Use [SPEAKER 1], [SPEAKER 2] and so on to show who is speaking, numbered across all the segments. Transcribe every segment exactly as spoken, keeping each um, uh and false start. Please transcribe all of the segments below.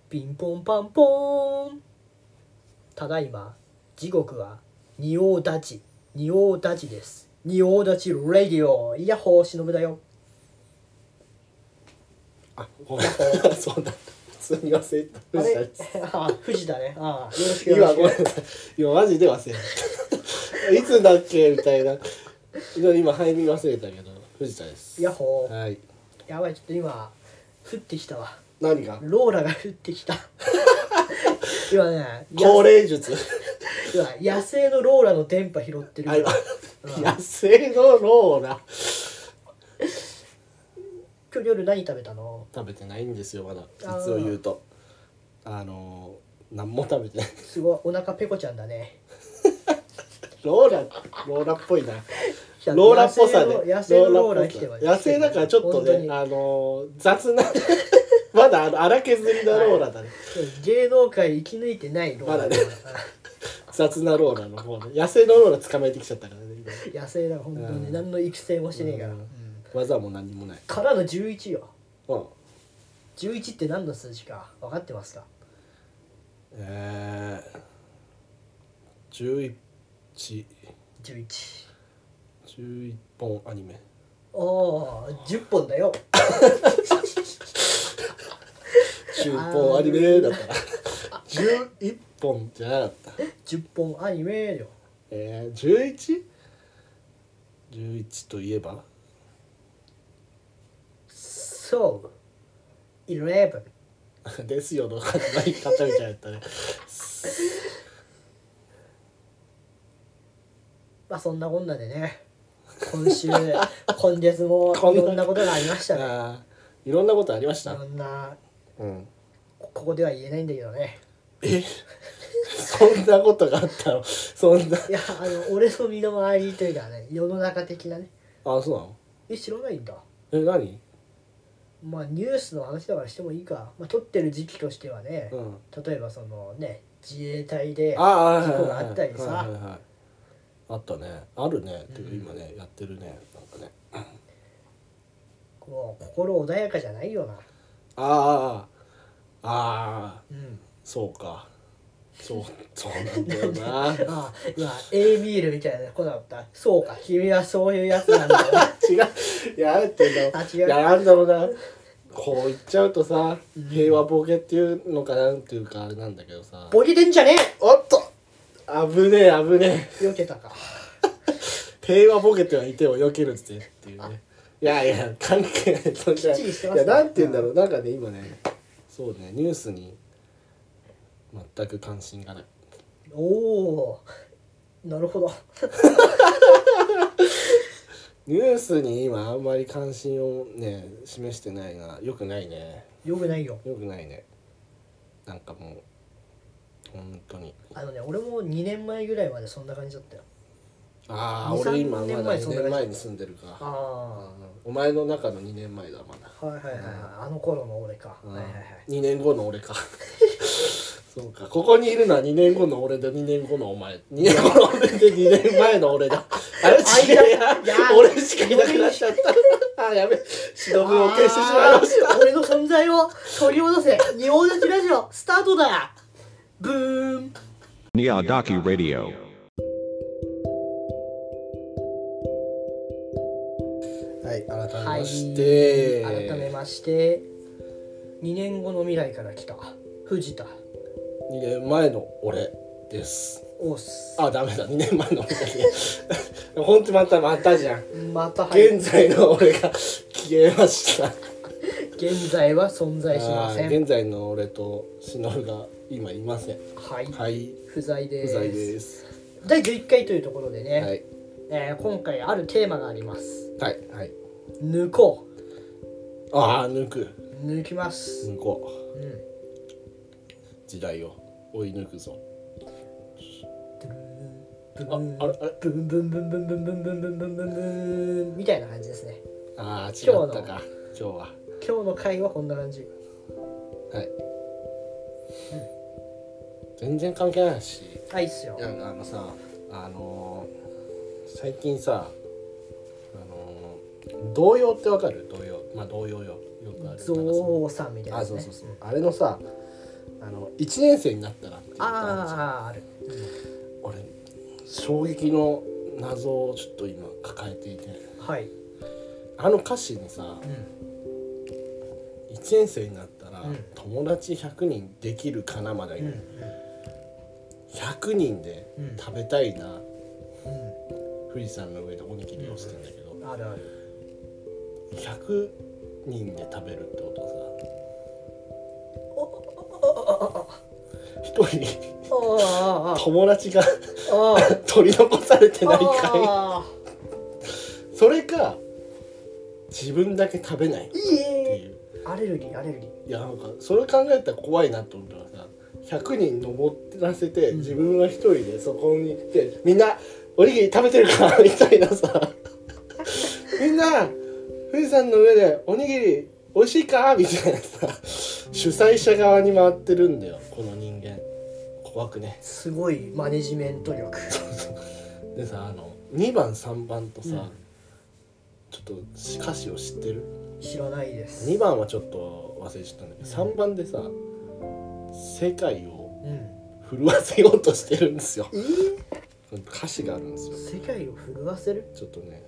[SPEAKER 1] ピンポンパンポーン。ただいま時刻は仁王立ち仁王立ちです。仁王立ちラディオ。イヤホーしのぶだよ。
[SPEAKER 2] あ、ごめんそうだ普通に忘れた。
[SPEAKER 1] あ
[SPEAKER 2] 藤田
[SPEAKER 1] れ
[SPEAKER 2] です
[SPEAKER 1] あ藤田ね。あよろしくよろしく。
[SPEAKER 2] 今ごめんなさい、今マジで忘れたいつだっけみたいな。今入り忘れたけど藤田です。
[SPEAKER 1] イヤホー。
[SPEAKER 2] はい。
[SPEAKER 1] やばい、ちょっと今降ってきたわ。
[SPEAKER 2] 何が
[SPEAKER 1] ローラが降ってきた今ね、
[SPEAKER 2] 高齢術
[SPEAKER 1] 今野生のローラの電波拾ってるから、うん、
[SPEAKER 2] 野生のローラ
[SPEAKER 1] 今日夜何食べたの？
[SPEAKER 2] 食べてないんですよまだ。実を言うとあの何も食べてない。
[SPEAKER 1] すごいお腹ペコちゃんだね
[SPEAKER 2] ローラローラっぽいな。ローラっぽさで
[SPEAKER 1] 野生のローラ来てます。
[SPEAKER 2] 野生だからちょっとねあの雑なまだあの荒削りのローラだね、はい、
[SPEAKER 1] 芸能界生き抜いてないローラ、
[SPEAKER 2] まだね雑なローラの方ね。野生のローラ捕まえてきちゃったからね
[SPEAKER 1] 今。野生だ本当に、うん、何の育成もしてねえから、うんうん、
[SPEAKER 2] 技も何もない
[SPEAKER 1] からのじゅういちよ。
[SPEAKER 2] うん
[SPEAKER 1] じゅういちって何の数字か分かってますか？
[SPEAKER 2] えー、じゅういち
[SPEAKER 1] じゅういち
[SPEAKER 2] じゅういっぽんアニメ。
[SPEAKER 1] おーじゅっぽんだよ
[SPEAKER 2] じゅっぽんアニメだったらじゅういっぽんじゃなかった。
[SPEAKER 1] じゅっぽんアニメよ。
[SPEAKER 2] えー、じゅういち? じゅういちといえば
[SPEAKER 1] そうじゅういち
[SPEAKER 2] ですよの書き方みたいだったね
[SPEAKER 1] まあそんなこんなでね今週今月もいろんなことがありましたね。
[SPEAKER 2] あいろんなことありました。
[SPEAKER 1] いろんな、
[SPEAKER 2] うん、
[SPEAKER 1] ここでは言えないんだけどね。
[SPEAKER 2] えそんなことがあったの？そんな。
[SPEAKER 1] いやあの俺の身の回りというかね世の中的なね。
[SPEAKER 2] あそうなの？
[SPEAKER 1] え知らないんだ。
[SPEAKER 2] え何？
[SPEAKER 1] まあニュースの話だからしてもいいか。まあ撮ってる時期としてはね、
[SPEAKER 2] うん、
[SPEAKER 1] 例えばそのね自衛隊で事
[SPEAKER 2] 故
[SPEAKER 1] 故があったりさ。
[SPEAKER 2] あったね。あるね。っていうか今ね、うん、やってるね。なんかね。
[SPEAKER 1] こう心穏やかじゃないよな。
[SPEAKER 2] ああああ、
[SPEAKER 1] うん、
[SPEAKER 2] そうか。そうそうなんだよな。
[SPEAKER 1] ああ今 A ビールみたいなことだった。そうか君はそういうやつなんだよ
[SPEAKER 2] 違ういやなんて言うんだろう。
[SPEAKER 1] あ違う。
[SPEAKER 2] いやなんだろうな。こう言っちゃうとさ、うん、平和ボケっていうのかなんていうかあれなんだけどさ。
[SPEAKER 1] ボケてんじゃねえ。
[SPEAKER 2] おっと。危ねえ危ね
[SPEAKER 1] え。避けたか。
[SPEAKER 2] 平和ボケてはいても避けるってっていうね。いやいや関係ない。そんじゃいやなんて言うんだろう。なんかね今ねそうねニュースに全く関心がない。
[SPEAKER 1] おおなるほど
[SPEAKER 2] ニュースに今あんまり関心をね示してないがよくないね。
[SPEAKER 1] よくないよ。
[SPEAKER 2] よくないね。なんかもう本当に
[SPEAKER 1] あのね俺もにねんまえぐらいまでそんな感じだったよ。
[SPEAKER 2] ああ俺今まだにねんまえに住んでるか。ああお前の中のにねんまえだまだ。
[SPEAKER 1] はいはいはいはい、あの頃の俺か。はいはいはい
[SPEAKER 2] にねんごの俺かそうかここにいるのはにねんごの俺でにねんごのお前にねんごの俺でにねんまえの俺だあれ違うや俺しかいなくなっちゃったあやべ忍を消してしまいました
[SPEAKER 1] 俺の存在を取り戻せ仁王立ちラジオスタートだブーン
[SPEAKER 3] ニアダキラディオ。
[SPEAKER 2] はい改めまして、
[SPEAKER 1] はい、改めましてにねんごの未来から来た藤田
[SPEAKER 2] にねんまえの俺です。
[SPEAKER 1] おっす。
[SPEAKER 2] あダメだにねんまえの俺だけほんとまたまたじゃん。
[SPEAKER 1] また
[SPEAKER 2] 現在の俺が消えました
[SPEAKER 1] 現在は存在しません。
[SPEAKER 2] 現在の俺と忍が今いません。
[SPEAKER 1] はい、
[SPEAKER 2] はい、
[SPEAKER 1] 不在です。
[SPEAKER 2] 不在です。
[SPEAKER 1] だいじゅういっかいというところでね、
[SPEAKER 2] はい
[SPEAKER 1] えー、今回あるテーマがあります。
[SPEAKER 2] はいはい
[SPEAKER 1] 抜こ
[SPEAKER 2] う。ああ抜く
[SPEAKER 1] 抜きます。
[SPEAKER 2] 抜こ
[SPEAKER 1] う、うん、
[SPEAKER 2] 時代を追い抜くぞ。
[SPEAKER 1] ブンあれあれブンブンブンブンブンブンブンブンブンブンブンみたいな感じですね。
[SPEAKER 2] ああ違ったか今日は。
[SPEAKER 1] 今日の回はこんな感じ。
[SPEAKER 2] はい、うん、全然関係ないし。
[SPEAKER 1] あいいっすよ。
[SPEAKER 2] いやあのさあのー、最近さあのー、童謡ってわかる？童謡まあ童謡よよくある。
[SPEAKER 1] ゾウさんみたいな、ね、
[SPEAKER 2] あそうそうそうあれのさあのいちねん生になったらっていう歌
[SPEAKER 1] ああある、
[SPEAKER 2] 俺衝撃の謎をちょっと今抱えていて、
[SPEAKER 1] はい、
[SPEAKER 2] あの歌詞にさ、
[SPEAKER 1] うん、
[SPEAKER 2] いちねん生になったら、
[SPEAKER 1] うん、
[SPEAKER 2] 友達ひゃくにんできるかなまだいい、
[SPEAKER 1] うんうん、
[SPEAKER 2] ひゃくにんで食べたいな、
[SPEAKER 1] うん、
[SPEAKER 2] 富士山の上でおにぎりをしてんだけど、
[SPEAKER 1] うん、あるある、
[SPEAKER 2] ひゃくにんで食べるってことはさ、ひとり友達が取り残されてないかいそれか自分だけ食べないっていう、
[SPEAKER 1] アレルギーアレルギー、
[SPEAKER 2] いやなんかそれ考えたら怖いなと思ったらさ、ひゃくにん登らせて、うん、自分はひとりでそこに行ってみんなおにぎり食べてるかみたいなさみんな富士山の上でおにぎり美味しいかみたいなさ、主催者側に回ってるんだよこの人間。怖くね。
[SPEAKER 1] すごいマネジメント力
[SPEAKER 2] でさ、あのにばんさんばんとさ、うん、ちょっと歌詞を知ってる？
[SPEAKER 1] 知らないです。
[SPEAKER 2] にばんはちょっと忘れちゃったんだけど、うん、さんばんでさ世界を震わせようとしてるんですよ、うん、歌詞があるんですよ。
[SPEAKER 1] 世界を震わせる？
[SPEAKER 2] ちょっとね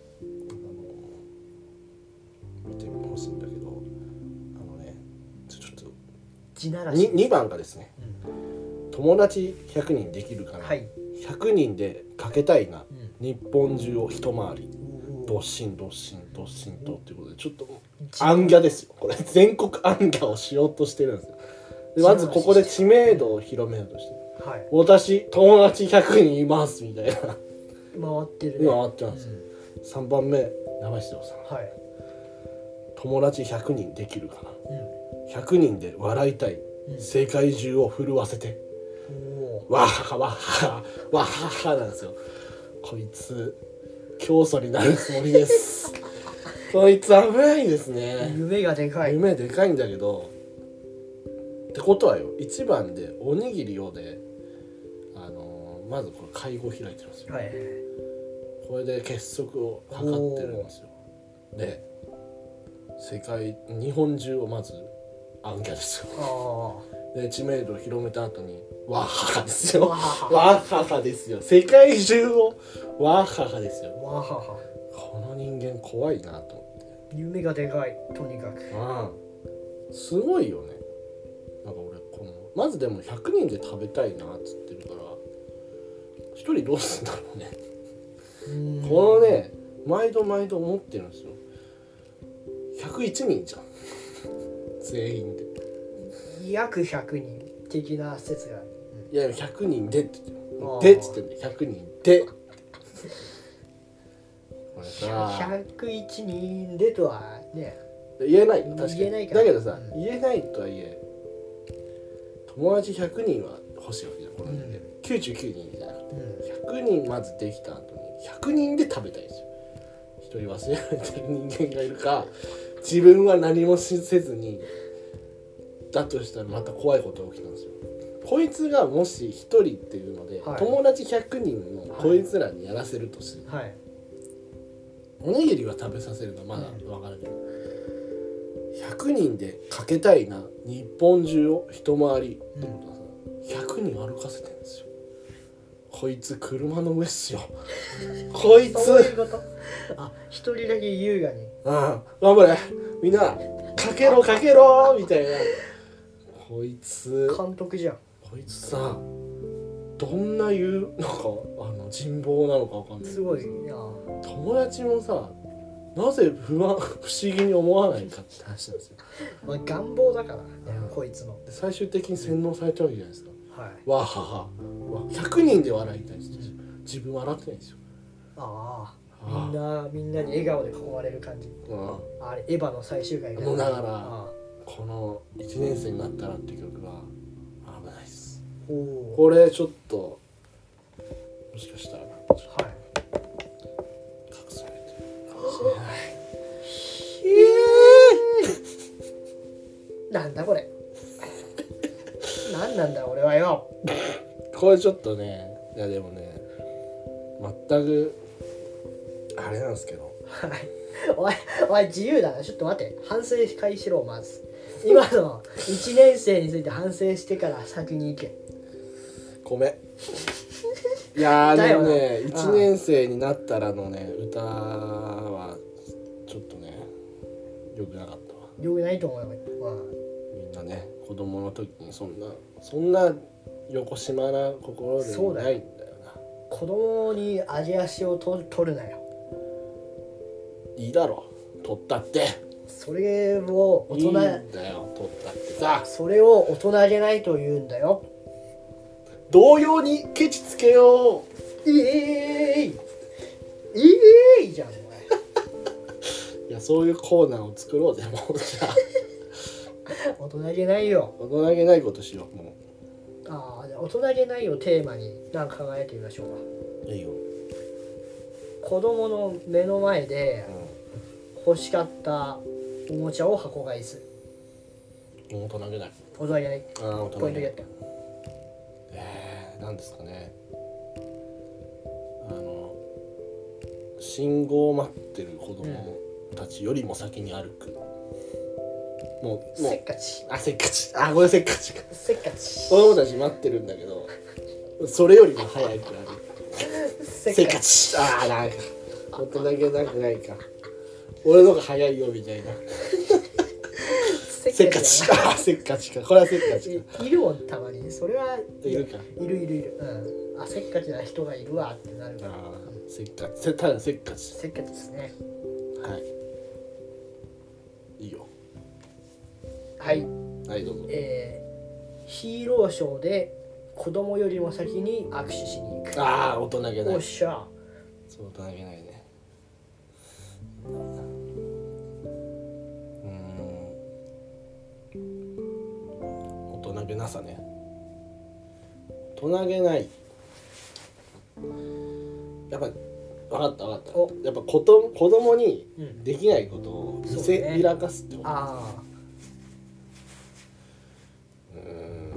[SPEAKER 2] 見てほしいんだけど、あのねちょっと
[SPEAKER 1] 地ならし
[SPEAKER 2] に, にばんがですね、うん、友達ひゃくにんできるかな、
[SPEAKER 1] はい、
[SPEAKER 2] ひゃくにんでかけたいな、
[SPEAKER 1] うん、
[SPEAKER 2] 日本中を一回りどっしんどっしんどっしんとっていうことで、ちょっとアンギャですよこれ。全国アンギャをしようとしてるんですよ。でまずここで知名度を広めようとしてる、はい、私友達ひゃくにんいますみたいな回
[SPEAKER 1] ってるね。
[SPEAKER 2] 回ってます、うん、さんばんめ長石さん、はい、友達ひゃくにんできるかな、うん、ひゃくにんで笑いたい、うん、世界中を震わせて、わははわははわははなんですよ。こいつ教祖になるつもりですこいつ危ないですね。
[SPEAKER 1] 夢がでかい。
[SPEAKER 2] 夢でかいんだけど、ってことはよ、いちばんでおにぎりをで、あのー、まずこれ会合開いてるんですよ、はい、これで結束を図ってるんですよ。で世界日本中をまずアンギャですよ。で知名度を広めた後にワッハハですよ。ワッハハですよ。世界中をワッハハですよ。ワッハハ。この人間怖いなと思って。
[SPEAKER 1] 夢がでかい、とにかく。
[SPEAKER 2] ああ、すごいよね。なんか俺このまずでもひゃくにんで食べたいなっつってるからひとりどうすんだろうね。うこのね毎度毎度思ってるんですよ。ひゃくいちにんじゃん全員で
[SPEAKER 1] 約ひゃくにん的な説がある、
[SPEAKER 2] うん、いやひゃくにんでって言ってでっつってんでひゃくにんでこれさ
[SPEAKER 1] ひゃくいちにんでとはね
[SPEAKER 2] 言えない確かに
[SPEAKER 1] 言えないから
[SPEAKER 2] だけどさ、
[SPEAKER 1] うん、
[SPEAKER 2] 言えないとはいえ友達ひゃくにんは欲しいわけじゃんこの人間、うん、きゅうじゅうきゅうにんじゃなくて、うん、ひゃくにんまずできた後にひゃくにんで食べたいんですよ。一人忘れられてる人間がいるか自分は何もせずにだとしたらまた怖いことが起きたんですよ。こいつがもし一人っていうので、はい、友達ひゃくにんのこいつらにやらせるとして、はい、おにぎりは食べさせるのはまだ分かるけど、うん、ひゃくにんでかけたいな日本中を一回りってことはさ、うん、ひゃくにん歩かせてるんですよ。こいつ車の上っすよこいつ
[SPEAKER 1] そういうこと。あ、一人だけ優雅に
[SPEAKER 2] ああ頑張れみんなかけろかけろみたいな。こいつ
[SPEAKER 1] 監督じゃん。
[SPEAKER 2] こいつさどんな言うなんかあの人望なのかわかんない。
[SPEAKER 1] すごいな。
[SPEAKER 2] 友達もさなぜ不安不思議に思わないかって話なんですよ。
[SPEAKER 1] まあ、願望だからね、うん、こいつの。
[SPEAKER 2] で最終的に洗脳されちゃうわけじゃないですか。
[SPEAKER 1] はい、
[SPEAKER 2] わははひゃくにんで笑いたいんですよ。自分笑ってないんですよ。
[SPEAKER 1] ああ、みんなみんなに笑顔で囲まれる感じ。ああ、あれエヴァの最終回
[SPEAKER 2] がだからあこのいちねん生になったらっていう曲は危ないです。おこれちょっともしかしたらはい隠されてるかもしれない。
[SPEAKER 1] なんだこれ何なんだ俺はよ。
[SPEAKER 2] これちょっとね、いやでもね全くあれなんですけど
[SPEAKER 1] はいおいおい自由だな。ちょっと待って、反省会しろ。まず今のいちねん生について反省してから先に行け。
[SPEAKER 2] ごめん。いやーでもね
[SPEAKER 1] だよない
[SPEAKER 2] ちねん生になったらのね歌はちょっとね良くなかったわ。
[SPEAKER 1] よくないと思うよ、まあ、
[SPEAKER 2] みんなね子供の時にそんなそんな横島な心で
[SPEAKER 1] そうだよ
[SPEAKER 2] ないんだよな。
[SPEAKER 1] 子供に味足をと取るなよ。
[SPEAKER 2] いいだろ取ったって
[SPEAKER 1] それを大人
[SPEAKER 2] いいんだよ取ったってさ。
[SPEAKER 1] それを大人げないと言うんだよ。
[SPEAKER 2] 同様にケチつけよう。
[SPEAKER 1] いえいいいじゃんお前。
[SPEAKER 2] いやそういうコーナーを作ろうぜもう。じゃあ
[SPEAKER 1] 大人げないよ。
[SPEAKER 2] 大人げないことしようも
[SPEAKER 1] ああ、じゃあ大人げないをテーマに何か考えてみましょうか。
[SPEAKER 2] う。いいよ。
[SPEAKER 1] 子供の目の前で
[SPEAKER 2] う
[SPEAKER 1] 欲しかったおもちゃを箱買いする。
[SPEAKER 2] ん。大人げない。
[SPEAKER 1] 大人げない。
[SPEAKER 2] ああ大
[SPEAKER 1] ポ
[SPEAKER 2] 人げない。
[SPEAKER 1] イントゲット。
[SPEAKER 2] えー、なんですかね。あの信号を待ってる子供たちよりも先に歩く。もうもう
[SPEAKER 1] せっかち。
[SPEAKER 2] あせっかち。あこれせっかちか。
[SPEAKER 1] せっかち。
[SPEAKER 2] 子供たち待ってるんだけど、それよりも早く歩く。
[SPEAKER 1] せ
[SPEAKER 2] せっかち。ああなんか大人げなくないか。俺のが早いよみたいな。せっかち。ああせっかちか。これはせっかちか。
[SPEAKER 1] いるもんたまに。それはい
[SPEAKER 2] るか。
[SPEAKER 1] いるいるいる。うん。あ、せっかちな人がいるわってなるから。
[SPEAKER 2] ああせっかち。せただせっかち。
[SPEAKER 1] せっかちですね。
[SPEAKER 2] はい。いいよ。
[SPEAKER 1] はい。
[SPEAKER 2] はいどうぞ。
[SPEAKER 1] えー、ヒーローショーで子供よりも先に握手しに行く。
[SPEAKER 2] ああ大人げない。
[SPEAKER 1] おっしゃ。
[SPEAKER 2] そう大人げないね。うーん大人げなさね。大人げない。やっぱ分かった分かった
[SPEAKER 1] お。
[SPEAKER 2] やっぱ子と子供に
[SPEAKER 1] うん。
[SPEAKER 2] できないことを見せびらかすってこと。
[SPEAKER 1] ああ。
[SPEAKER 2] うーん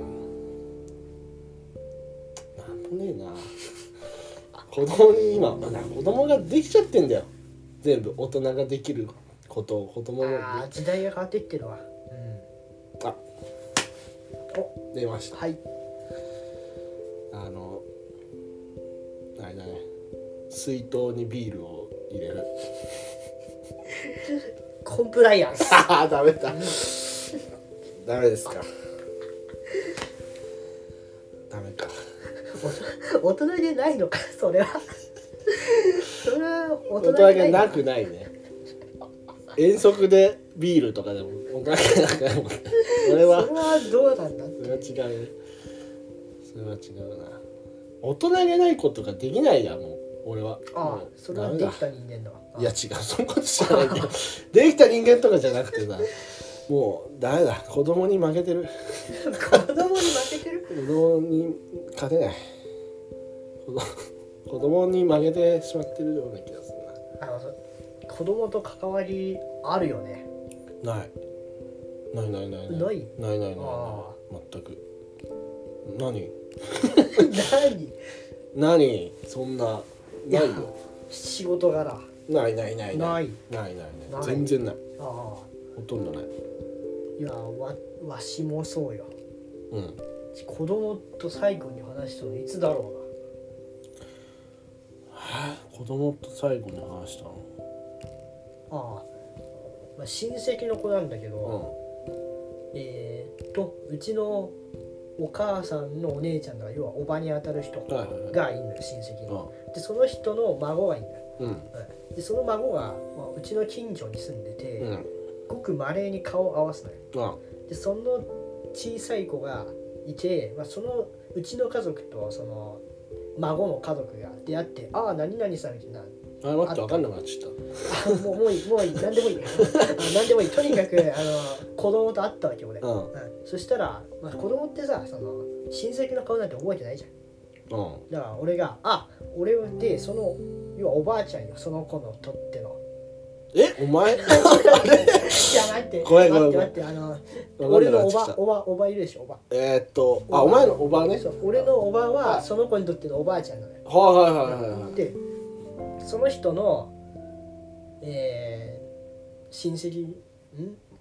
[SPEAKER 2] なんもねえな。子供に今子供ができちゃってんだよ。全部大人ができることを子供が
[SPEAKER 1] ああ、時代が変わっていってるわ。うん。
[SPEAKER 2] あ
[SPEAKER 1] お、
[SPEAKER 2] 出ました。
[SPEAKER 1] はい。
[SPEAKER 2] あのあれだね水筒にビールを入れる。
[SPEAKER 1] コンプライアンス。
[SPEAKER 2] ああダメだダメですか。ダメか。
[SPEAKER 1] 大人げないのか、それは。それは大
[SPEAKER 2] 大
[SPEAKER 1] 人
[SPEAKER 2] 人げな
[SPEAKER 1] げない。
[SPEAKER 2] くないね。遠足でビールとかでも大人げなくないもんね。それは
[SPEAKER 1] それはどうなんだ。
[SPEAKER 2] それは違うね。それは違うな。大人げないことができないやもう俺は。
[SPEAKER 1] ああ
[SPEAKER 2] もう、
[SPEAKER 1] それは
[SPEAKER 2] ダメだ
[SPEAKER 1] できた人間だわ。
[SPEAKER 2] いや違うそんなことじゃないんだよ。できた人間とかじゃなくてさもうダメだ子供に負けてる。
[SPEAKER 1] 子供に負けてる。
[SPEAKER 2] 子供に勝てない。子供子供に負けてしまってるような気がする
[SPEAKER 1] あのそ子供と関わりあるよね。
[SPEAKER 2] な。ないないないない
[SPEAKER 1] ない
[SPEAKER 2] ないないない
[SPEAKER 1] あ
[SPEAKER 2] 全く。何
[SPEAKER 1] 何
[SPEAKER 2] 何そんなないよ。
[SPEAKER 1] 仕事柄。
[SPEAKER 2] ないないない
[SPEAKER 1] ない
[SPEAKER 2] ないない
[SPEAKER 1] な
[SPEAKER 2] ないい全然ない。
[SPEAKER 1] ああ、
[SPEAKER 2] ほとんどない。
[SPEAKER 1] いやわわしもそうよ。
[SPEAKER 2] うん
[SPEAKER 1] 子供と最後に話したのいつだろ
[SPEAKER 2] 子供と最後に話したの。
[SPEAKER 1] うな。ああ、まあ、親戚の子なんだけど、
[SPEAKER 2] うん
[SPEAKER 1] えー、っとうちのお母さんのお姉ちゃんが要はおばに当たる人
[SPEAKER 2] はいはいはい
[SPEAKER 1] がいるのよ、親戚に。でその人の孫がいるんだよ。
[SPEAKER 2] うん
[SPEAKER 1] うんでその孫が、まあ、うちの近所に住んでて、
[SPEAKER 2] うん
[SPEAKER 1] ごく稀に顔を合わすのよ。
[SPEAKER 2] あ
[SPEAKER 1] でその小さい子がいて、まあ、そのうちの家族とその孫の家族が出会って「ああ何々さん」みたいな
[SPEAKER 2] あ待って分かんなくなっちゃっ
[SPEAKER 1] あもうもういいもういい何でもいいあ何でもいいとにかくあの子供と会ったわけ俺、
[SPEAKER 2] た。うん
[SPEAKER 1] うんそしたら、まあ、子供ってさその親戚の顔なんて覚えてないじゃん。
[SPEAKER 2] うん
[SPEAKER 1] だから俺があ俺でその要はおばあちゃんよその子のとっての
[SPEAKER 2] えお前
[SPEAKER 1] いや待って
[SPEAKER 2] ごめんごめん
[SPEAKER 1] 待って待ってあの
[SPEAKER 2] わかん
[SPEAKER 1] 俺のお
[SPEAKER 2] なくなってきた
[SPEAKER 1] ばおばおばいるでしょおば
[SPEAKER 2] えーっとあお前のおばね。
[SPEAKER 1] そう俺のおばはその子にとってのおばあちゃんなのよ。
[SPEAKER 2] はいはいはいはいはい。
[SPEAKER 1] でその人の、えー親戚ん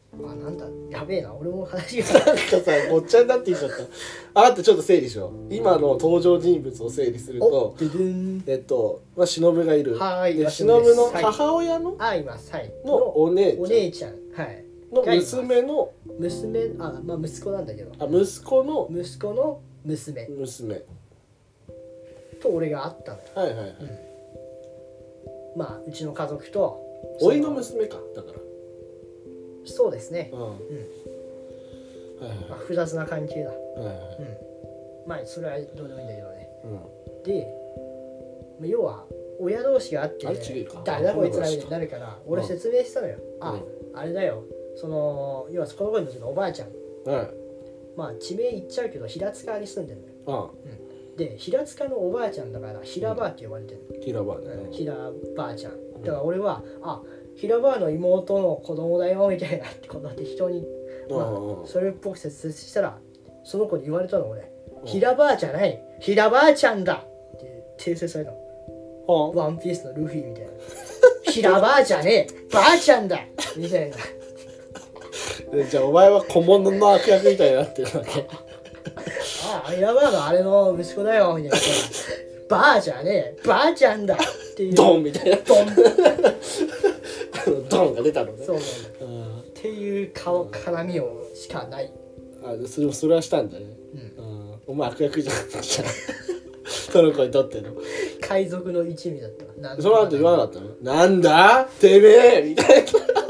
[SPEAKER 1] あ、なんだやべえな、俺も話が
[SPEAKER 2] なんかさごっちゃになってきちゃったあってちょっと整理しよう。今の登場人物を整理する
[SPEAKER 1] お
[SPEAKER 2] と
[SPEAKER 1] ででん
[SPEAKER 2] えっと、まあ、忍がいる。
[SPEAKER 1] はい
[SPEAKER 2] で忍
[SPEAKER 1] 忍です
[SPEAKER 2] の母親の、
[SPEAKER 1] あいますはい
[SPEAKER 2] のお姉ちゃん
[SPEAKER 1] お姉ちゃんはい
[SPEAKER 2] の娘の
[SPEAKER 1] 娘あまあ息子なんだけど
[SPEAKER 2] あ息子の
[SPEAKER 1] 息子の娘
[SPEAKER 2] 娘
[SPEAKER 1] と俺が会ったのよ。
[SPEAKER 2] はいはいはい、
[SPEAKER 1] まあうちの家族と
[SPEAKER 2] 甥いの娘かだから
[SPEAKER 1] そうですね、
[SPEAKER 2] うん、はい
[SPEAKER 1] まあ、複雑な関係だ。
[SPEAKER 2] はいはいはいはい
[SPEAKER 1] うんまあそれはどうでもいいんだけどね。
[SPEAKER 2] うん
[SPEAKER 1] でまあ要は親同士があって
[SPEAKER 2] あれ違うか
[SPEAKER 1] 誰だこいつらみたい
[SPEAKER 2] 今度は
[SPEAKER 1] になるから俺説明したのよ。あ、
[SPEAKER 2] うん
[SPEAKER 1] あれだよ、その要はこの子にとってのおばあちゃん、
[SPEAKER 2] はい
[SPEAKER 1] まあ地名言っちゃうけど平塚に住んでるのよ。
[SPEAKER 2] あ
[SPEAKER 1] で平塚のおばあちゃんだから平ばあって呼ばれてるの、
[SPEAKER 2] 平場ね、
[SPEAKER 1] うん、平ばあちゃんだから俺はあ平ばあの妹の子供だよみたいなってことで人に、まあ
[SPEAKER 2] うんうん
[SPEAKER 1] それっぽく説明したらその子に言われたの俺
[SPEAKER 2] うん
[SPEAKER 1] 平ばあじゃない平ばあちゃんだって訂正されたの。
[SPEAKER 2] は
[SPEAKER 1] ワンピースのルフィみたいな平ばあじゃねえばあちゃんだみたいな
[SPEAKER 2] あでじゃあお前は小物の悪役みたいになってるわけ
[SPEAKER 1] ああ平ばあのあれの息子だよみたいなばあじゃねえばあちゃんだっていう
[SPEAKER 2] ドンみたいな
[SPEAKER 1] ドン
[SPEAKER 2] あのドンが出たのね
[SPEAKER 1] そうなんだ
[SPEAKER 2] うん
[SPEAKER 1] っていう顔絡みをしかない。
[SPEAKER 2] あでそれそれはしたんだね、
[SPEAKER 1] うん
[SPEAKER 2] うん、お前悪役じゃんその子にとっての
[SPEAKER 1] 海賊の一味だったなんと
[SPEAKER 2] その後言わなかったのなんだてめえみたいな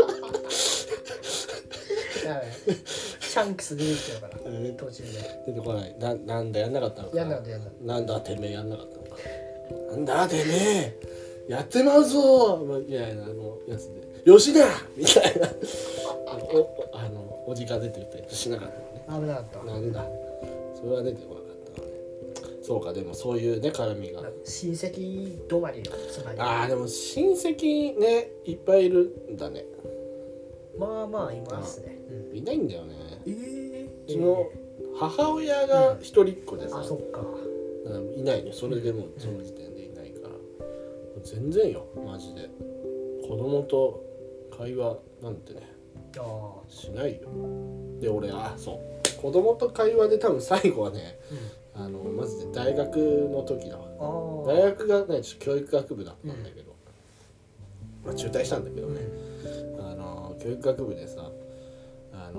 [SPEAKER 1] やばいシャンクス出てきてるから
[SPEAKER 2] え
[SPEAKER 1] 途中で
[SPEAKER 2] 出てこないななんだやんなかったのか
[SPEAKER 1] やんなかったやんなかっ
[SPEAKER 2] なんだてめえやんなかったのかなんだてめえやってまうぞみたいなあのやつでよしなみたいなおおあのおじが出てきたりしなかったのね
[SPEAKER 1] た危なかった
[SPEAKER 2] なんだそれは出てこなかったのねそうかでもそういうね絡みが
[SPEAKER 1] 親戚止まりよつまり
[SPEAKER 2] あーでも親戚ねいっぱいいるんだね
[SPEAKER 1] まあまあいますね、うん、
[SPEAKER 2] いないんだよね
[SPEAKER 1] ええ
[SPEAKER 2] うちの母親が一人っ子でさ、
[SPEAKER 1] あそっか
[SPEAKER 2] うんいないねそれでもその時点でいないから全然よマジで子供と会話なんてね
[SPEAKER 1] ああ
[SPEAKER 2] しないよで俺あそう子供と会話で多分最後はねあのマジで大学の時だわ
[SPEAKER 1] ああ
[SPEAKER 2] 大学がねちょっと教育学部だったんだけど、まあ中退したんだけどね、あの教育学部でさあ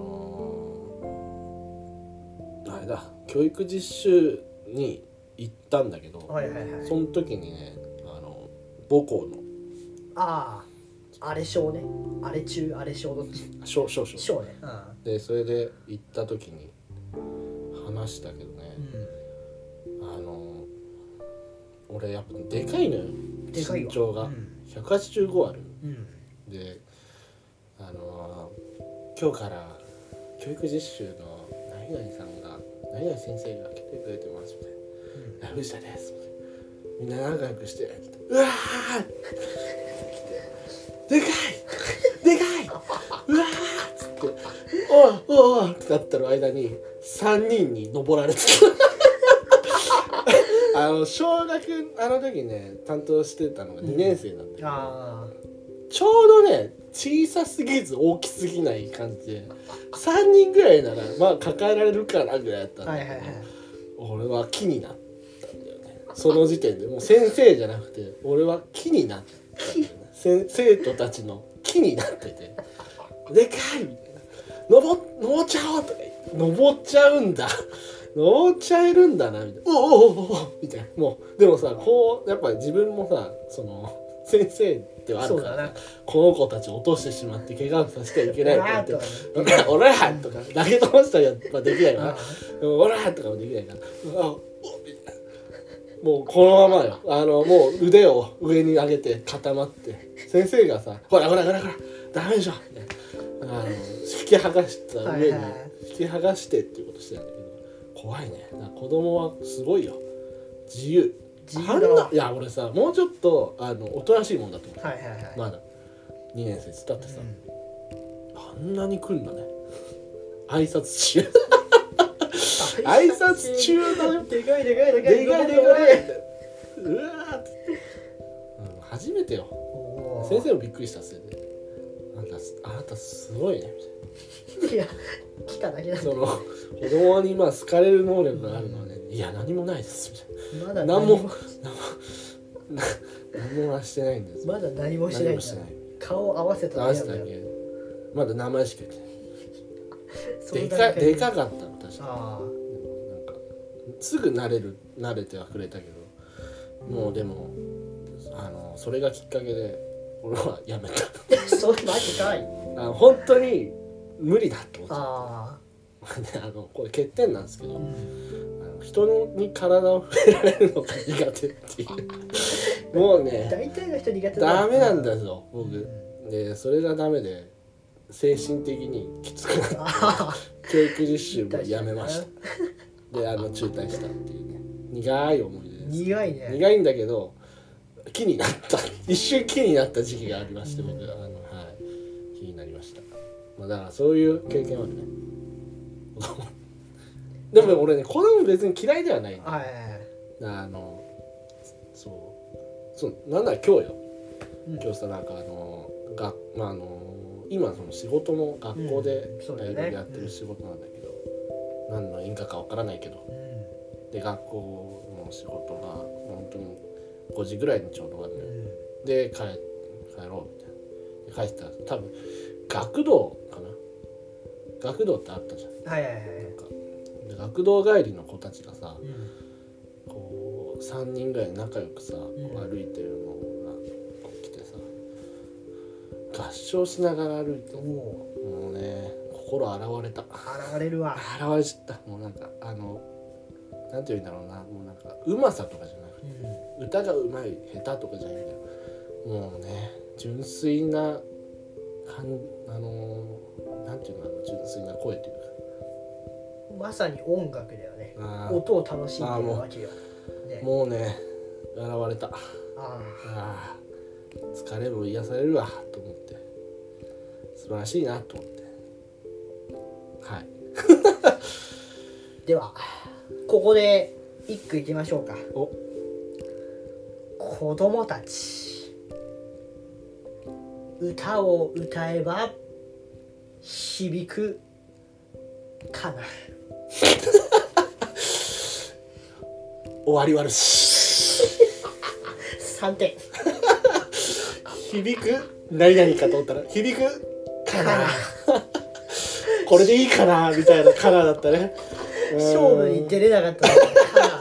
[SPEAKER 2] のあれだ教育実習に行ったんだけど、
[SPEAKER 1] はいはいはい
[SPEAKER 2] その時にねあの母校の
[SPEAKER 1] あああれ小ねあれ中あれ小どっち
[SPEAKER 2] 少々少
[SPEAKER 1] 小ねああ
[SPEAKER 2] でそれで行った時に話したけどね、
[SPEAKER 1] う
[SPEAKER 2] あの俺やっぱでかいのよ
[SPEAKER 1] んでかいわ
[SPEAKER 2] 身長が、
[SPEAKER 1] うん
[SPEAKER 2] ひゃくはちじゅうごある
[SPEAKER 1] うん
[SPEAKER 2] であの今日から教育実習の何々さんが何々先生が来てくれてますみたいな「藤田です」みんな仲良くしてうわーでかいでかいうわーっつって「おいおいおい」ってなったの間にさんにんに登られてたあの小学あの時ね担当してたのがにねん生なんだけど、
[SPEAKER 1] あ
[SPEAKER 2] ちょうどね小さすぎず大きすぎない感じでさんにんぐらいならまあ抱えられるかなぐらいだったんだけど、
[SPEAKER 1] あはいはいはい
[SPEAKER 2] 俺は木になったんだよねその時点でもう先生じゃなくて俺は木になったんだよねせ生徒たちの木になっててでかいみたいな登登っちゃおうとか言って登っちゃうんだ登っちゃえるんだなみたいなおおおおみたいなもうでもさこうやっぱり自分もさその先生ではあるから
[SPEAKER 1] そうだな
[SPEAKER 2] この子たちを落としてしまって怪我をさせてはいけないって言って
[SPEAKER 1] オラー
[SPEAKER 2] 「オラー!」とか投げ飛ばしたりはまあできないから
[SPEAKER 1] あ
[SPEAKER 2] 「オラー!」とかもできないから「あおみたいなもうこのままよあのもう腕を上に上げて固まって先生がさ「ほらほらほらほらダメでしょ」みたいなあの引き剥がした上に
[SPEAKER 1] はいはい
[SPEAKER 2] 引き剥がしてっていうことしてたんだけど怖いねだから子供はすごいよ自由
[SPEAKER 1] 自由だわ
[SPEAKER 2] あんないや俺さもうちょっとあのおとなしいもんだと思う、
[SPEAKER 1] はいはいはい
[SPEAKER 2] まだにねん生だってさ、
[SPEAKER 1] うん
[SPEAKER 2] あんなに来んだね挨拶中挨拶中だよ
[SPEAKER 1] でかいでかいでかい
[SPEAKER 2] でかいでかいってうわーって、うん、初めてよ
[SPEAKER 1] おー
[SPEAKER 2] 先生もびっくりしたせいであなたあなたすごいねみたいな
[SPEAKER 1] いや来ただけだ
[SPEAKER 2] その子供にまあ好かれる能力があるのはね、いや何もないですみたいな、
[SPEAKER 1] まだ
[SPEAKER 2] 何も
[SPEAKER 1] 何も
[SPEAKER 2] 何もはしてないんです。
[SPEAKER 1] まだ何もしないんだ
[SPEAKER 2] 何もしてない。
[SPEAKER 1] 顔合わせた
[SPEAKER 2] 合わせ
[SPEAKER 1] だけだよ
[SPEAKER 2] ただけ。まだ名前しか言ってない。
[SPEAKER 1] その
[SPEAKER 2] でか
[SPEAKER 1] 段階
[SPEAKER 2] でかかったの確か
[SPEAKER 1] あ
[SPEAKER 2] に。なんかすぐ慣れる慣れてはくれたけど、もうでもあのそれがきっかけで俺はやめた。
[SPEAKER 1] あそれマジかい。
[SPEAKER 2] あの本当に無理だと思って
[SPEAKER 1] あ
[SPEAKER 2] た。あのこれ欠点なんですけど、
[SPEAKER 1] あ、うん、
[SPEAKER 2] あの人に体を触れられるのが苦手っていうもうね
[SPEAKER 1] 大体の人苦手
[SPEAKER 2] ダメなん
[SPEAKER 1] だ
[SPEAKER 2] だよ僕。でそれがダメで精神的にきつくなって
[SPEAKER 1] あ
[SPEAKER 2] 教育実習もやめました。であの中退したっていうね苦い思い出です。
[SPEAKER 1] 苦いね。
[SPEAKER 2] 苦いんだけど気になった一瞬気になった時期がありまして、僕あの、はい、気になりました。まあ、だからそういう経験はねでも俺ね子供別に嫌いではないんだ。
[SPEAKER 1] はい
[SPEAKER 2] あのそうそうなんなら今日よ、
[SPEAKER 1] うん
[SPEAKER 2] 今日さなんかあのが、まあ、あの今その仕事も学校で
[SPEAKER 1] うんそうだよね
[SPEAKER 2] いろいろやってる仕事なんだけど、何の因果かわからないけど、
[SPEAKER 1] うん
[SPEAKER 2] で学校の仕事が本当にごじぐらいにちょうど終わるのよ、
[SPEAKER 1] うん
[SPEAKER 2] で帰帰ろうみたいなで帰ったら多分学童かな学童ってあったじゃん。
[SPEAKER 1] はいはいはい
[SPEAKER 2] なんかで学童帰りの子たちがさ
[SPEAKER 1] うん
[SPEAKER 2] こうさんにんぐらい仲良くさ、
[SPEAKER 1] ん
[SPEAKER 2] こう歩いてるのが来てさ合唱しながら歩いて
[SPEAKER 1] お
[SPEAKER 2] も
[SPEAKER 1] お
[SPEAKER 2] うね心洗われた
[SPEAKER 1] 現れるわ。
[SPEAKER 2] 洗われちゃった。もうなんかあのなんて言うんだろうな、もうなんかうまさとかじゃなくて
[SPEAKER 1] うん
[SPEAKER 2] 歌がうまい下手とかじゃないんだよ。もうね純粋なかんあのなんていうのあの純粋な声というか
[SPEAKER 1] まさに音楽だよね。
[SPEAKER 2] あー
[SPEAKER 1] 音を楽しんでるわけよ。ね、
[SPEAKER 2] もうね現れた。
[SPEAKER 1] あ
[SPEAKER 2] あー疲れも癒されるわと思って素晴らしいなと思ってはい
[SPEAKER 1] ーではここで一句いきましょうか。
[SPEAKER 2] お
[SPEAKER 1] 子供たち歌を歌えば響くかな。
[SPEAKER 2] 終わり悪し
[SPEAKER 1] さんてん
[SPEAKER 2] 響く何々かと思ったら響くかな
[SPEAKER 1] かな。
[SPEAKER 2] これでいいかなみたいなカラーだったね。
[SPEAKER 1] 勝負に出れなかったのか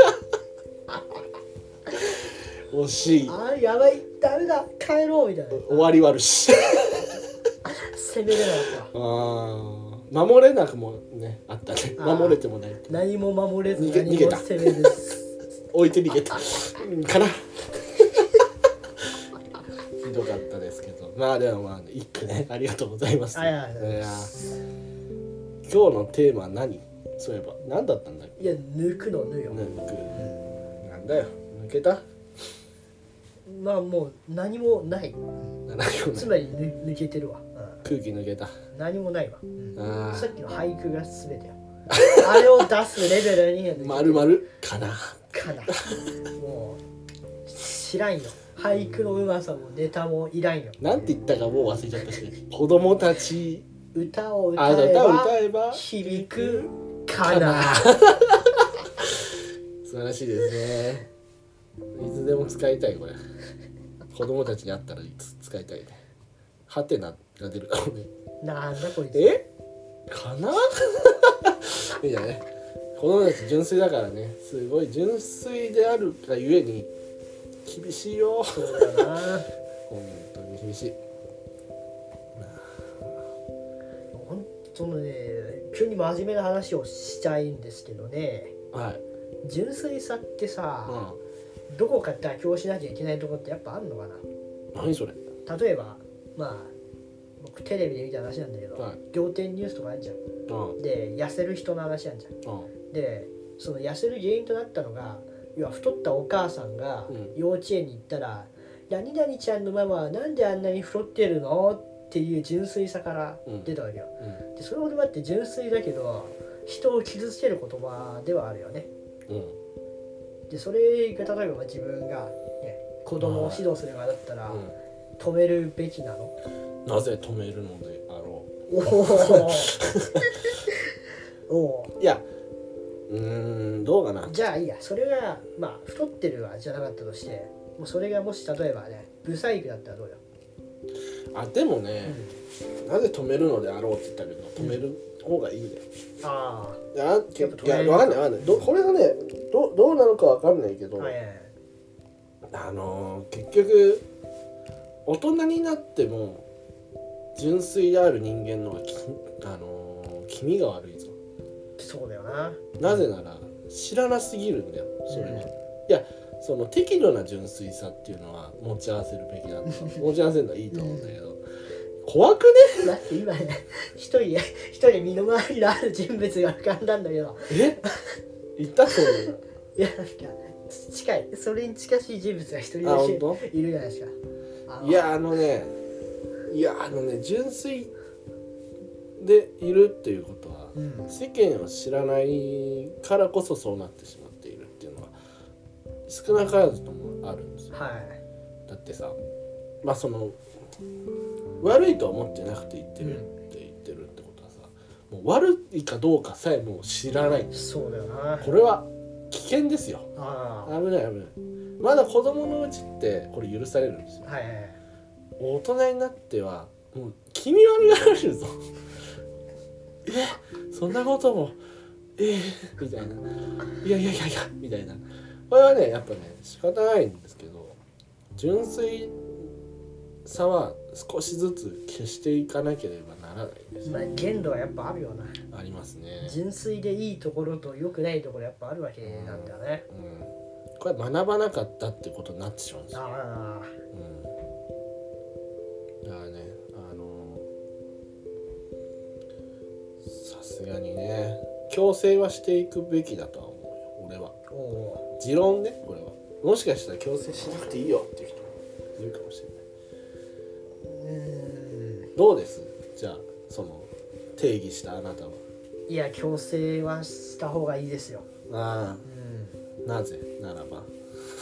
[SPEAKER 2] 惜しい。
[SPEAKER 1] な。あーやばいダメだ帰ろうみたいな。
[SPEAKER 2] 終わり悪し
[SPEAKER 1] 攻めれなかったわ。
[SPEAKER 2] あー守れなくもねあったね。
[SPEAKER 1] あー
[SPEAKER 2] 守れてもない
[SPEAKER 1] 何も守れず
[SPEAKER 2] 逃げ
[SPEAKER 1] 何
[SPEAKER 2] 逃げた
[SPEAKER 1] も攻めず
[SPEAKER 2] 置いて逃げたうんかなひどかったですけど、まあでもまあ一句ねありがとうございます。
[SPEAKER 1] ありがとうございま
[SPEAKER 2] や
[SPEAKER 1] す。
[SPEAKER 2] 今日のテーマは何？そういえば何だったんだっけ？
[SPEAKER 1] いや抜くのぬよ、
[SPEAKER 2] 抜くなんだよ抜けた？
[SPEAKER 1] まあもう何もない
[SPEAKER 2] 何も
[SPEAKER 1] つまり抜抜けてるわ、うん
[SPEAKER 2] 空気抜けた。
[SPEAKER 1] 何もないわ、うん
[SPEAKER 2] あ
[SPEAKER 1] さっきの俳句が全てよあれを出すレベルに抜けてる
[SPEAKER 2] まるまるかな。
[SPEAKER 1] かなもう知らんよ俳句のうまさもネタもいらんよ。
[SPEAKER 2] なんて言ったかもう忘れちゃったし、ね、子供たち
[SPEAKER 1] 歌を
[SPEAKER 2] あ
[SPEAKER 1] 歌え
[SPEAKER 2] 歌を
[SPEAKER 1] ば
[SPEAKER 2] 歌えば
[SPEAKER 1] 響くかな。
[SPEAKER 2] 素晴らしいですね。いつでも使いたいこれ。子供たちに会ったらいつ使いたいね。ハテナが出るからね。
[SPEAKER 1] なんだこいつ。
[SPEAKER 2] え？かな？いいじゃね。子供たち純粋だからね。すごい純粋であるがゆえに厳しいよ。
[SPEAKER 1] そうだな。
[SPEAKER 2] 本当に厳しい。
[SPEAKER 1] 本当のね急に真面目な話をしちゃいんですけどね。
[SPEAKER 2] はい。
[SPEAKER 1] 純粋さってさ、
[SPEAKER 2] う
[SPEAKER 1] どこか妥協しなきゃいけないとこってやっぱあんのかな。
[SPEAKER 2] ん。何それ？
[SPEAKER 1] 例えばまあ僕テレビで見た話なんだけど、
[SPEAKER 2] はい
[SPEAKER 1] 仰天ニュースとかあるじゃん。
[SPEAKER 2] うん。
[SPEAKER 1] で痩せる人の話あるじゃん。
[SPEAKER 2] うん。
[SPEAKER 1] でその痩せる原因となったのが要は太ったお母さんが
[SPEAKER 2] うん
[SPEAKER 1] 幼稚園に行ったら「何々ちゃんのママはなんであんなに太ってるの?」っていう純粋さから出たわけよ。
[SPEAKER 2] うん。
[SPEAKER 1] でそれほどだって純粋だけど人を傷つける言葉ではあるよね。
[SPEAKER 2] うん。
[SPEAKER 1] でそれが例えばまあ自分が、ね、子供を指導する側だったら
[SPEAKER 2] う
[SPEAKER 1] 止めるべきなの？
[SPEAKER 2] ん。なぜ止めるのであろ
[SPEAKER 1] おおお
[SPEAKER 2] いやうーんどうかな。
[SPEAKER 1] じゃあいいや、それがまあ太ってるわじゃなかったとして、もうそれがもし例えばねブサイクだったらどうよ。
[SPEAKER 2] あでもね、
[SPEAKER 1] うん、
[SPEAKER 2] なぜ止めるのであろうって言ったけど止める方がいいね。
[SPEAKER 1] あ
[SPEAKER 2] いや
[SPEAKER 1] やっぱ止める
[SPEAKER 2] いやわかんないわかんないどこれがねどどうなのかわかんないけど、
[SPEAKER 1] あ、はいはいはい、
[SPEAKER 2] あのー、結局大人になっても純粋である人間の方がき、あのー、気味が悪いぞ。
[SPEAKER 1] そうだよな。
[SPEAKER 2] なぜなら知らなすぎるんだよそれは、
[SPEAKER 1] うん、
[SPEAKER 2] いやその適度な純粋さっていうのは持ち合わせるべきだと持ち合わせるのはいいと思うんだけど、うん、怖くね。
[SPEAKER 1] だって今ね一人一人身の回りのある人物が浮かんだんだけど、
[SPEAKER 2] え言ったそういうの
[SPEAKER 1] いやなんか近いそれに近しい人物が一人だけいるじゃないですか。あ
[SPEAKER 2] いやあのねいやあのね純粋でいるっていうことは、うん、世間を知らないからこそそうなってしまっているっていうのは少なからずともあるんですよ、
[SPEAKER 1] はい、
[SPEAKER 2] だってさまあその悪いとは思ってなくて言ってるって言ってるってことはさ、もう悪いかどうかさえもう知らない。
[SPEAKER 1] そうだよな。
[SPEAKER 2] これは危険ですよ。
[SPEAKER 1] あ
[SPEAKER 2] 危ない危ない。まだ子供のうちってこれ許されるんですよ、
[SPEAKER 1] はいはいはい、
[SPEAKER 2] 大人になってはもう気味悪がられるぞえそんなこともえー、みたいないやいやいやいやみたいな。これはねやっぱね仕方ないんですけど、純粋さは少しずつ消していかなければならないです、
[SPEAKER 1] まあ、限度はやっぱあるよな。
[SPEAKER 2] ありますね。
[SPEAKER 1] 純粋でいいところと良くないところやっぱあるわけなんだよね、
[SPEAKER 2] うんうん、これ学ばなかったってことになってしまうんですよ。
[SPEAKER 1] ああ、
[SPEAKER 2] うん、だからねあのさすがにね強制はしていくべきだとは思うよ俺は。
[SPEAKER 1] お
[SPEAKER 2] 持論ねこれは。もしかしたら強制しなくていいよっていう人もいるかもしれない。
[SPEAKER 1] うーん、
[SPEAKER 2] どうですじゃあその定義したあなたは。
[SPEAKER 1] いや強制はした方がいいですよ。
[SPEAKER 2] ああ、
[SPEAKER 1] うん、
[SPEAKER 2] なぜならば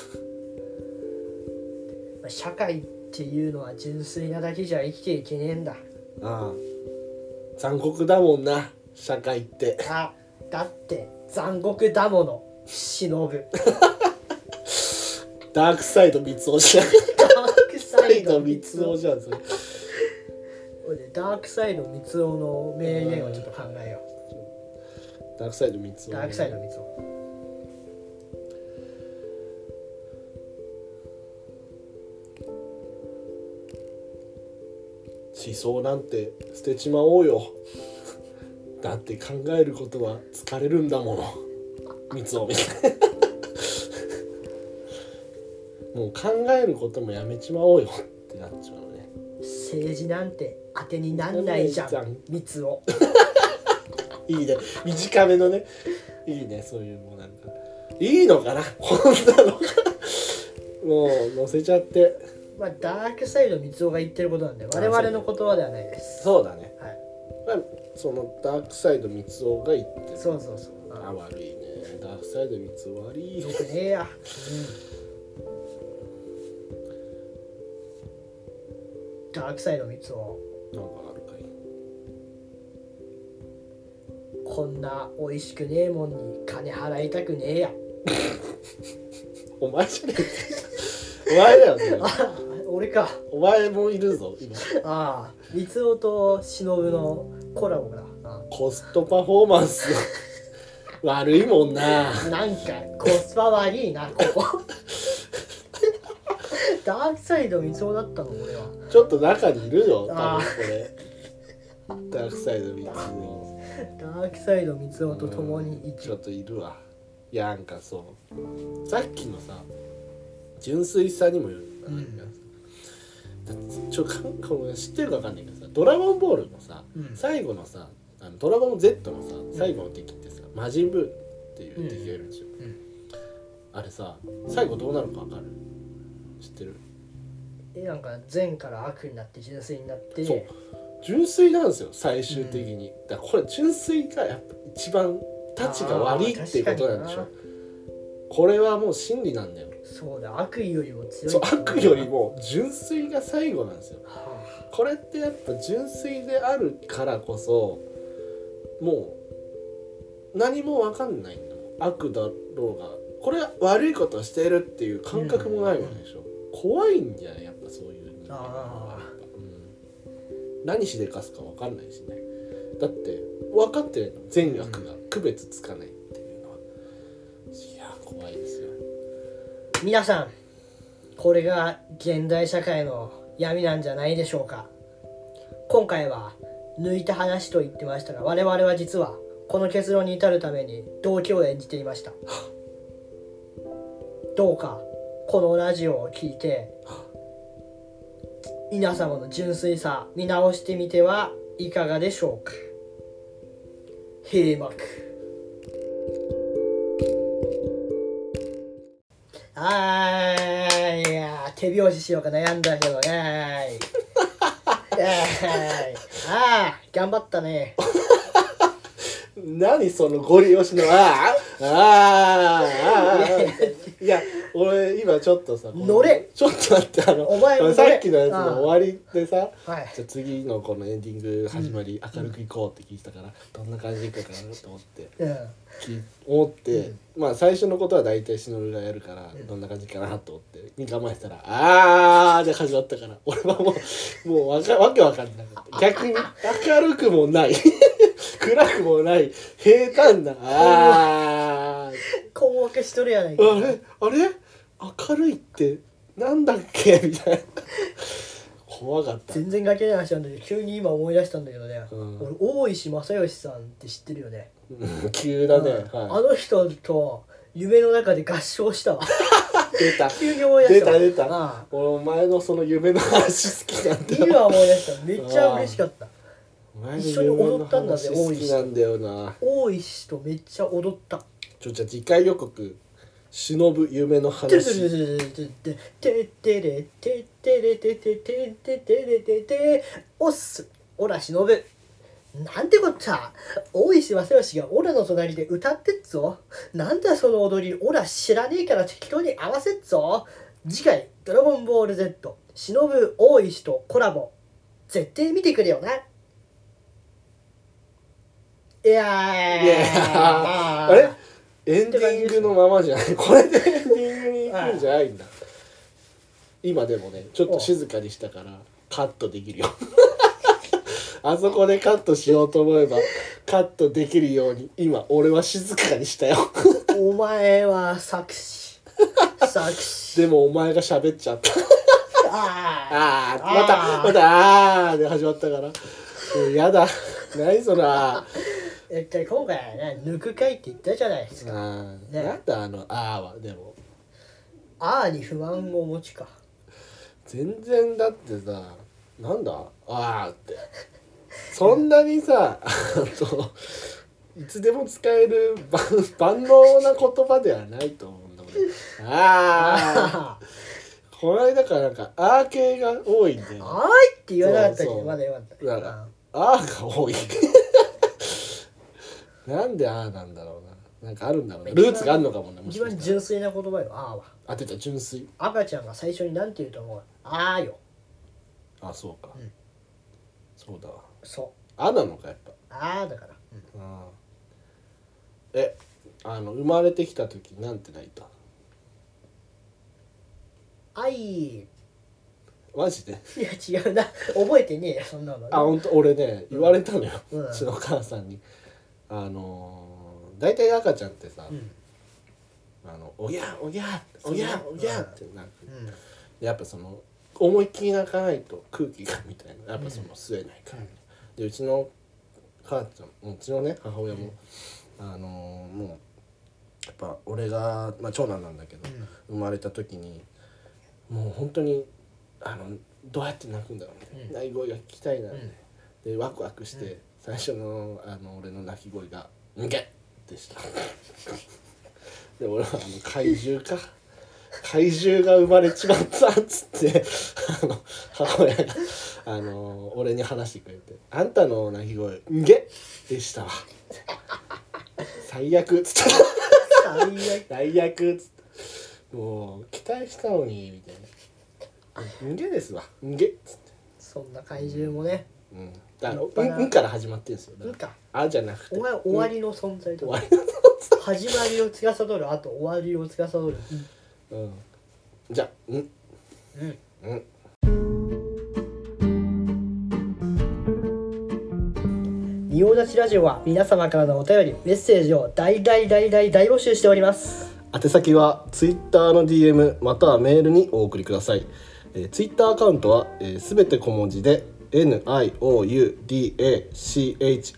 [SPEAKER 1] 社会っていうのは純粋なだけじゃ生きていけねえんだ。
[SPEAKER 2] ああ残酷だもんな社会って。
[SPEAKER 1] あ、だって残酷だもの忍
[SPEAKER 2] ダークサイド三つおじゃん。
[SPEAKER 1] ダークサイド
[SPEAKER 2] 三つおじゃんそれ。
[SPEAKER 1] ダークサイド三つおの名言をちょっと考えよ
[SPEAKER 2] う。ダークサイド三つお、ね、
[SPEAKER 1] ダークサイド三つお。
[SPEAKER 2] 思想なんて捨てちまおうよ。だって考えることは疲れるんだもの。三つおみたいな。もう考えることもやめちまおうよってなっちゃうね。
[SPEAKER 1] 政治なんて当てになんないじゃん三つお。
[SPEAKER 2] いいね短めのねいいねそういうもうなんかいいのかなこんなのもう載せちゃって。
[SPEAKER 1] まあダークサイド三つおが言ってることなんで我々の言葉ではないです。
[SPEAKER 2] そうだね、
[SPEAKER 1] はい、
[SPEAKER 2] まあ、そのダークサイド三つおが言ってる。
[SPEAKER 1] そうそうそう。
[SPEAKER 2] あ悪いねダークサイド三つお悪い
[SPEAKER 1] よくねえや、うん、ダークサイド三つお
[SPEAKER 2] なんかあるかい。
[SPEAKER 1] こんな美味しくねえもんに金払いたくねえや。
[SPEAKER 2] お前じゃねえお前だよそれ。
[SPEAKER 1] あ、俺か。
[SPEAKER 2] お前もいるぞ今。
[SPEAKER 1] ああ、三つおと忍のコラボだ。あ
[SPEAKER 2] コストパフォーマンス悪いもんな。
[SPEAKER 1] なんかコスパ悪いなここ。ダークサイド三つおだったの俺は。
[SPEAKER 2] ちょっと中にいるよ多分こ
[SPEAKER 1] あ
[SPEAKER 2] れ。ダークサイド三つお。
[SPEAKER 1] ダークサイド三つおと共に
[SPEAKER 2] ちょっといるわ。いやなんかそうさっきのさ純粋さにもよるんだけど、うん、ちょこの知ってるか分かんないけどさドラゴンボールのさ、うん、最後のさあのドラゴン Z のさ最後の敵ってさ、うん、魔人ブーっていう敵がいるんですよ、うんうん、あれさ最後どうなるか分かる？知ってる？
[SPEAKER 1] えなんか善から悪になって純粋になって。
[SPEAKER 2] そう純粋なんですよ最終的に、うん、だからこれ純粋がやっぱ一番たちが悪いっていうことなんでしょ。これはもう真理なんだよ。
[SPEAKER 1] そうだ悪意よりも強い。
[SPEAKER 2] そう悪意よりも純粋が最後なんですよ。
[SPEAKER 1] は
[SPEAKER 2] これってやっぱ純粋であるからこそもう何も分かんないんだもん。悪だろうがこれは悪いことをしているっていう感覚もないわけでしょ、うん、怖いんじゃないやっぱそういう人間は、うん、何しでかすか分かんないしね。だって分かってないの善悪が区別つかないっていうのは、うん、いや怖いですよ。
[SPEAKER 1] 皆さんこれが現代社会の闇なんじゃないでしょうか。今回は抜いた話と言ってましたが、我々は実はこの結論に至るために同期を演じていました。どうかこのラジオを聞いて皆様の純粋さ見直してみてはいかがでしょうか。閉幕。あーいや手拍子しようか悩んだけどねあー頑張ったね
[SPEAKER 2] 何そのゴリ押しのあーあーあーいや俺今ちょっとさ
[SPEAKER 1] 乗れ
[SPEAKER 2] ちょっと待ってあの
[SPEAKER 1] お前も
[SPEAKER 2] さっきのやつの終わりでさ、
[SPEAKER 1] はい、
[SPEAKER 2] じゃあ次のこのエンディング始まり、うん、明るくいこうって聞いてたからどんな感じでいくかなと思って、うん、思って、うん、まあ最初のことは大体しのるがやるから、うん、どんな感じかなと思ってに構えてたらあーで始まったから俺はもうもうわかわけわかんなかった逆に明るくもない暗くもない平坦なあー
[SPEAKER 1] 困惑しとるやないか。
[SPEAKER 2] あれあれ明るいってなんだっけみたいな怖かった。
[SPEAKER 1] 全然崖の話なんだけど急に今思い出したんだけどね、うん、俺大石正義さんって知ってるよね。
[SPEAKER 2] 急だね、うん
[SPEAKER 1] はい、あの人と夢の中で合唱したわ
[SPEAKER 2] 出た
[SPEAKER 1] 急に思い出した
[SPEAKER 2] 出た出た、うん、俺お前のその夢の話好きなんだよ
[SPEAKER 1] 今思い出した。めっちゃ嬉しかった。一緒に踊ったんだぜ大石。
[SPEAKER 2] なんだよな
[SPEAKER 1] 大石とめっちゃ踊った。
[SPEAKER 2] ちょじゃあ次回予告忍ぶ夢の話。てててれててれてててててれてておっすおら忍ぶなんてこっちゃ大石正義がオラの隣で歌ってっぞ。なんだその踊りオラ知らねえから適当に合わせっぞ。次回ドラゴンボール Z 忍ぶ大石とコラボ絶対見てくれよな。いやーいやあれエンディングのままじゃないこれでエンディングに行くんじゃないんだ。今でもねちょっと静かにしたからカットできるよあそこでカットしようと思えばカットできるように今俺は静かにしたよ
[SPEAKER 1] お前は作詞作詞
[SPEAKER 2] でもお前が喋っちゃった
[SPEAKER 1] あ
[SPEAKER 2] ああまたまたあーで始まったからもうやだ何そら
[SPEAKER 1] えっと今回はね抜く回って言ったじゃないですか。
[SPEAKER 2] あ、ね、なんだあのあーはでも
[SPEAKER 1] あーに不安を持ちか。
[SPEAKER 2] 全然だってさなんだあーってそんなにさいつでも使える万能な言葉ではないと思うんだ俺あーこの間からなんかあー系が多いんで
[SPEAKER 1] あーいって言わなかったけどまだよかった。
[SPEAKER 2] だからあーが多いなんであーなんだろうな。なんかあるんだろうね。ルーツがあるのかもね。
[SPEAKER 1] 一番純粋な言葉よ、あーは。
[SPEAKER 2] 当てた純粋。
[SPEAKER 1] 赤ちゃんが最初になんて言うと思う。あーよ。
[SPEAKER 2] あ、そうか。うん、そうだわ。
[SPEAKER 1] そう。
[SPEAKER 2] あなのかやっぱ。
[SPEAKER 1] あーだから。
[SPEAKER 2] うん、あえ、あの生まれてきた時なんて泣いた？
[SPEAKER 1] あい。
[SPEAKER 2] マジで？
[SPEAKER 1] いや違うな。覚えてねえよそんなの。
[SPEAKER 2] あ、本当俺ね言われたのよ。うん、うちの母さんに。あのー、大体赤ちゃんってさ、うん、あのおぎゃおぎゃおぎゃおぎゃってなく、うん、やっぱその思いっきり泣かないと空気がみたいなやっぱその吸えないから、ね、うん、でうちの母ちゃんうちのね母親も、うん、あのー、もうやっぱ俺が、まあ、長男なんだけど、うん、生まれた時にもう本当にあのどうやって泣くんだろうみたいな、うん、泣き声が聞きたいなみたいな、うん、でワクワクして、うん最初のあの俺の鳴き声が「んげ!」でしたで俺はあの怪獣か怪獣が生まれちまったっつってあの母親があの俺に話してくれて「あんたの鳴き声んげ!」でしたわ最悪っつった
[SPEAKER 1] 最悪
[SPEAKER 2] 最悪っつったもう期待したのにみたいな「んげですわんげ!」っつって
[SPEAKER 1] そんな怪獣もね、
[SPEAKER 2] うん、だから
[SPEAKER 1] 立派な
[SPEAKER 2] うん、うんから始まってるんですよ。
[SPEAKER 1] うんか
[SPEAKER 2] あじゃなくて
[SPEAKER 1] お前終わりの存在とか、
[SPEAKER 2] 終わり
[SPEAKER 1] 始まりを司るあと終わりを司る、
[SPEAKER 2] うんうん、じゃあうん
[SPEAKER 1] うん
[SPEAKER 2] うん
[SPEAKER 1] 仁王立ちラジオは皆様からのお便りメッセージを大大大大大募集しております。
[SPEAKER 2] 宛先は Twitter の ディーエム またはメールにお送りください。えー、Twitter アカウントはすべ、えー、て小文字で ニオウダチ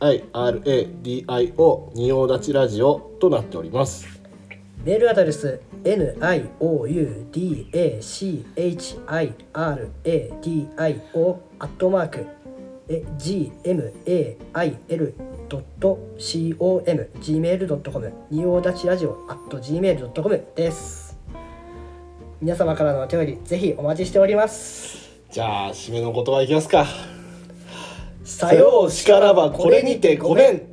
[SPEAKER 2] ラ仁王立ちラジオとなっております。
[SPEAKER 1] メールアドレス ニオウダチラディオ アットマーク ジーエムエーアイエルドットコム ジーメールドットコム 仁王立ちラジオ アットジーメールドットコム です。皆様からのお便りぜひお待ちしております。
[SPEAKER 2] じゃあ締めの言葉いきますか。
[SPEAKER 1] さよう
[SPEAKER 2] しからばこれにてごめん。